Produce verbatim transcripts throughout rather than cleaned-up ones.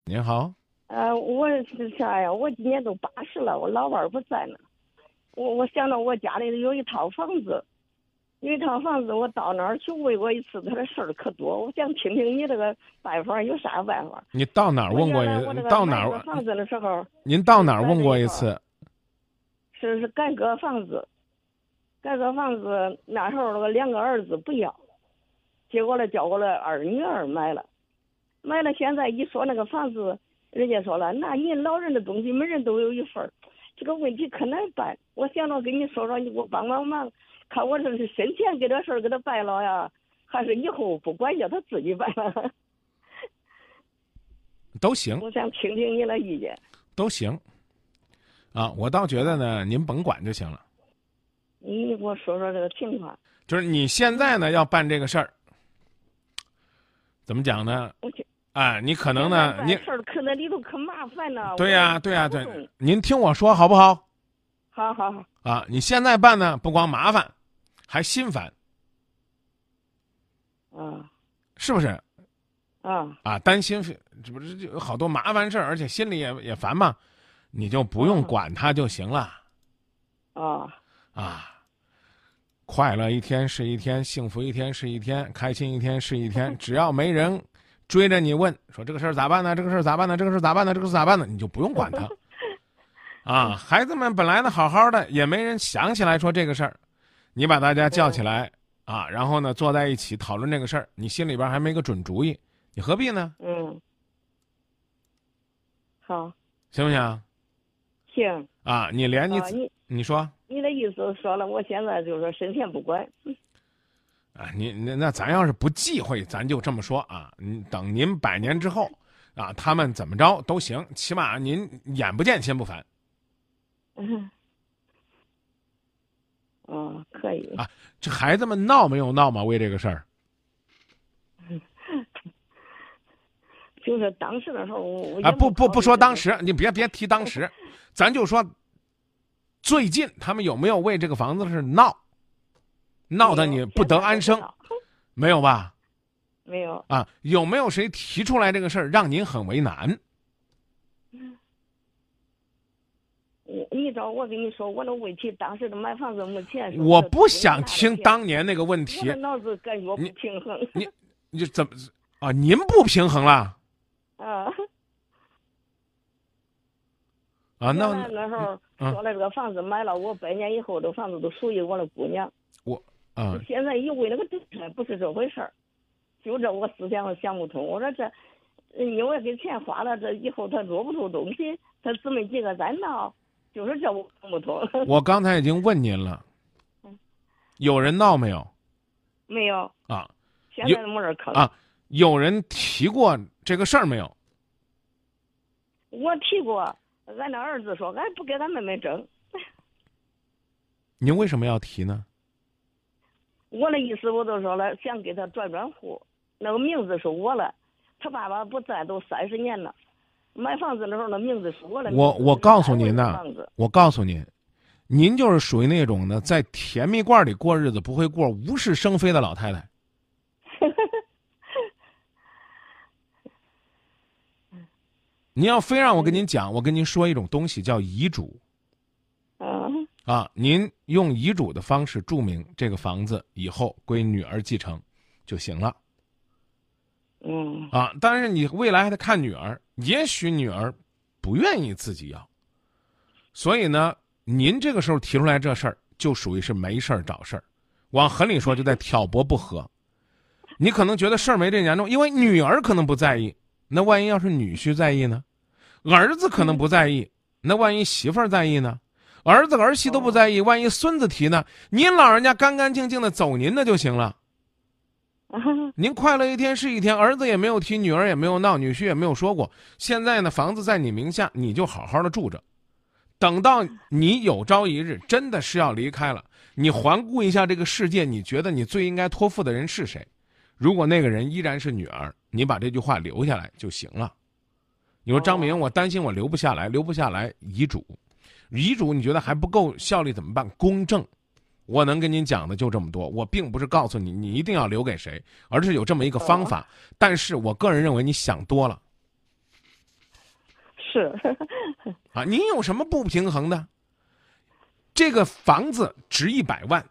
您好。 呃，我是啥呀？我今年都八十了，我老伴儿不在呢。我我想到我家里有一套房子，有一套房子，我到那儿去问过一次，他的事儿可多。我想听听你这个办法有啥办法？ 你到哪儿我问过一？ 原来我这个到哪儿？ 买这个房子的时候， 您到哪儿问过一次？ 是是改革房子，改革房子那时候那个两个儿子不要，结果呢叫我的二女儿买了，买了现在一说那个房子。人家说了，那您老人的东西每人都有一份儿，这个问题可难办。我想着跟你说说，你给我帮帮忙，看我这是生前给这事儿给他办了呀，还是以后不管叫他自己办了？ 都行， 我想听听你的意见。 都行。啊，我倒觉得呢，您甭管就行了。 你给我说说这个情况。 就是你现在呢要办这个事儿，怎么讲呢？ 我去。 哎，你可能呢，您事儿可那里头可麻烦呢。 对呀、啊，对呀、啊，对。您听我说好不好？ 好好好。 啊，你现在办呢，不光麻烦，还心烦。 啊。 是不是？ 啊。 啊，担心，这不是就有好多麻烦事儿，而且心里也也烦嘛，你就不用管它就行了。 啊。 啊。快乐一天是一天，幸福一天是一天，开心一天是一天，只要没人追着你问说这个事儿咋办呢？这个事儿咋办呢？这个事儿咋办呢？这个事儿咋办呢？你就不用管他。啊，孩子们本来呢好好的，也没人想起来说这个事儿，你把大家叫起来啊，然后呢坐在一起讨论这个事儿，你心里边还没个准主意，你何必呢？ 嗯。好。 行不行？ 行。 啊，你连你、 啊、你你说。 你的意思说了，我现在就是生前不管。 啊，您那那咱要是不忌讳，咱就这么说啊。您等您百年之后，啊，他们怎么着都行，起码您眼不见心不烦。 嗯。哦，可以。 啊，这孩子们闹没有闹嘛？为这个事儿。 就是当时的时候，我啊，不不不说当时，你别别提当时，咱就说最近他们有没有为这个房子是闹？闹得你不得安生，没有吧？ 没有啊，有没有谁提出来这个事儿让您很为难？ 我你知道，我跟你说，我那问题当时的买房子没钱。 我不想听当年那个问题。 我的脑子感觉不平衡。 你你你怎么啊？您不平衡了？ 啊。 啊，那那时候说了，这个房子买了，我百年以后，这房子都属于我的姑娘。 我啊， 现在一问那个政策不是这回事儿，就这我思想我想不通。我说这，因为给钱花了，这以后他做不出东西，他姊妹几个再闹，就是这我想不通。 我刚才已经问您了，有人闹没有？ 没有啊， 现在没人坑啊。有人提过这个事儿没有？ 我提过，俺那儿子说俺不给俺妹妹争。 您为什么要提呢？ 我的意思我都说了，想给他转转户，那个名字是我了，他爸爸不在都三十年了，买房子的时候那名字是我的。 我我告诉您呢，我告诉您，您就是属于那种呢，在甜蜜罐里过日子不会过无事生非的老太太。您要非让我跟您讲，我跟您说一种东西叫遗嘱。 嗯。 啊，您用遗嘱的方式注明这个房子以后归女儿继承，就行了。 嗯。 啊，但是你未来还得看女儿，也许女儿不愿意自己要，所以呢，您这个时候提出来这事儿，就属于是没事儿找事儿，往狠里说就在挑拨不和。你可能觉得事儿没这严重，因为女儿可能不在意。那万一要是女婿在意呢？儿子可能不在意，那万一媳妇儿在意呢？儿子儿媳都不在意，万一孙子提呢？您老人家干干净净的走您的就行了。您快乐一天是一天，儿子也没有提，女儿也没有闹，女婿也没有说过。现在呢，房子在你名下，你就好好的住着。等到你有朝一日真的是要离开了，你环顾一下这个世界，你觉得你最应该托付的人是谁？如果那个人依然是女儿，你把这句话留下来就行了。你说张明，我担心我留不下来，留不下来遗嘱，遗嘱你觉得还不够效力怎么办？公证。我能跟您讲的就这么多，我并不是告诉你你一定要留给谁，而是有这么一个方法。但是我个人认为你想多了。 是啊，您有什么不平衡的？这个房子值一百万，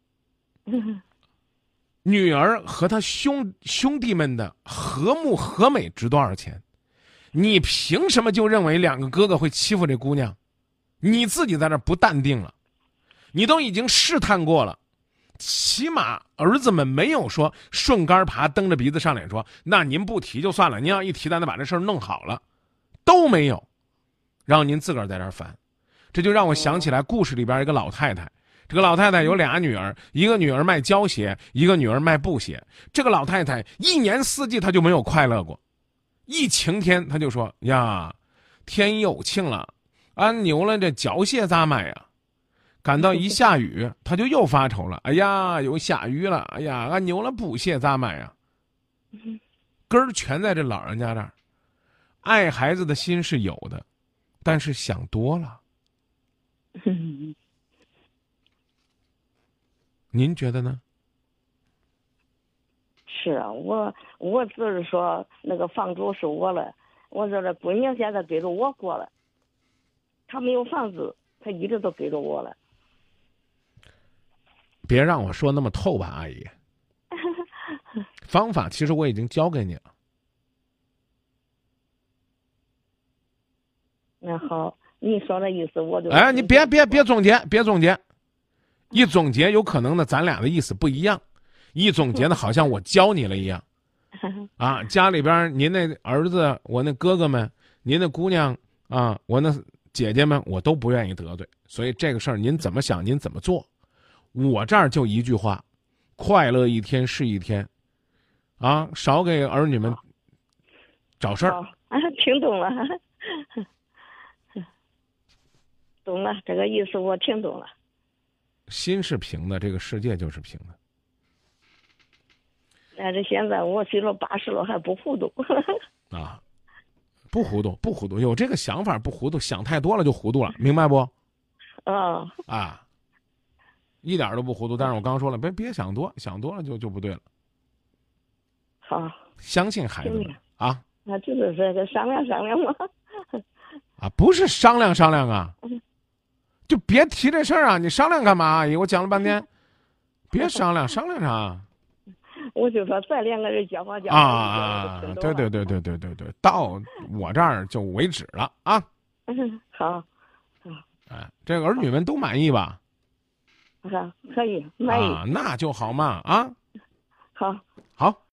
女儿和他兄兄弟们的和睦和美值多少钱？你凭什么就认为两个哥哥会欺负这姑娘？你自己在这不淡定了，你都已经试探过了，起码儿子们没有说顺杆爬蹬着鼻子上脸说那您不提就算了，您要一提咱得把这事儿弄好了，都没有，让您自个儿在这儿烦。这就让我想起来故事里边一个老太太，这个老太太有俩女儿，一个女儿卖胶鞋，一个女儿卖布鞋。这个老太太一年四季她就没有快乐过，一晴天她就说呀，天有庆了，俺牛了这胶鞋咋买呀？赶到一下雨，她就又发愁了，哎呀，又下雨了，哎呀，俺牛了布鞋咋买呀？根儿全在这老人家这儿，爱孩子的心是有的，但是想多了。您觉得呢？ 是啊，我我只是说那个房主是我了，我说这闺女现在跟着我过了，她没有房子，她一直都跟着我了。 别让我说那么透吧，阿姨。方法其实我已经教给你了。 那好，你说那意思我就哎，你别别别总结，别总结，一总结有可能呢，咱俩的意思不一样。一总结呢，好像我教你了一样。啊，家里边您那儿子，我那哥哥们，您那姑娘啊，我那姐姐们，我都不愿意得罪。所以这个事儿您怎么想，您怎么做。我这儿就一句话，快乐一天是一天，啊，少给儿女们找事儿。 啊，听懂了，懂了，这个意思我听懂了。 心是平的，这个世界就是平的。 但是现在我岁数八十了还不糊涂。 啊，不糊涂，不糊涂，有这个想法不糊涂，想太多了就糊涂了，明白不？ 啊啊，一点都不糊涂。但是我刚刚说了，别别想多，想多了就就不对了。 好， 相信孩子们啊。 那就是这个商量商量嘛。 啊，不是商量商量啊，就别提这事儿啊！你商量干嘛？阿姨，我讲了半天，别商量，商量啥？ 我就说咱两个人交往交啊往。 啊！对对对对对对对，到我这儿就为止了啊。 嗯，好。 哎，这个儿女们都满意吧？ 好，可以满意。 啊，那就好嘛啊。 好。 好。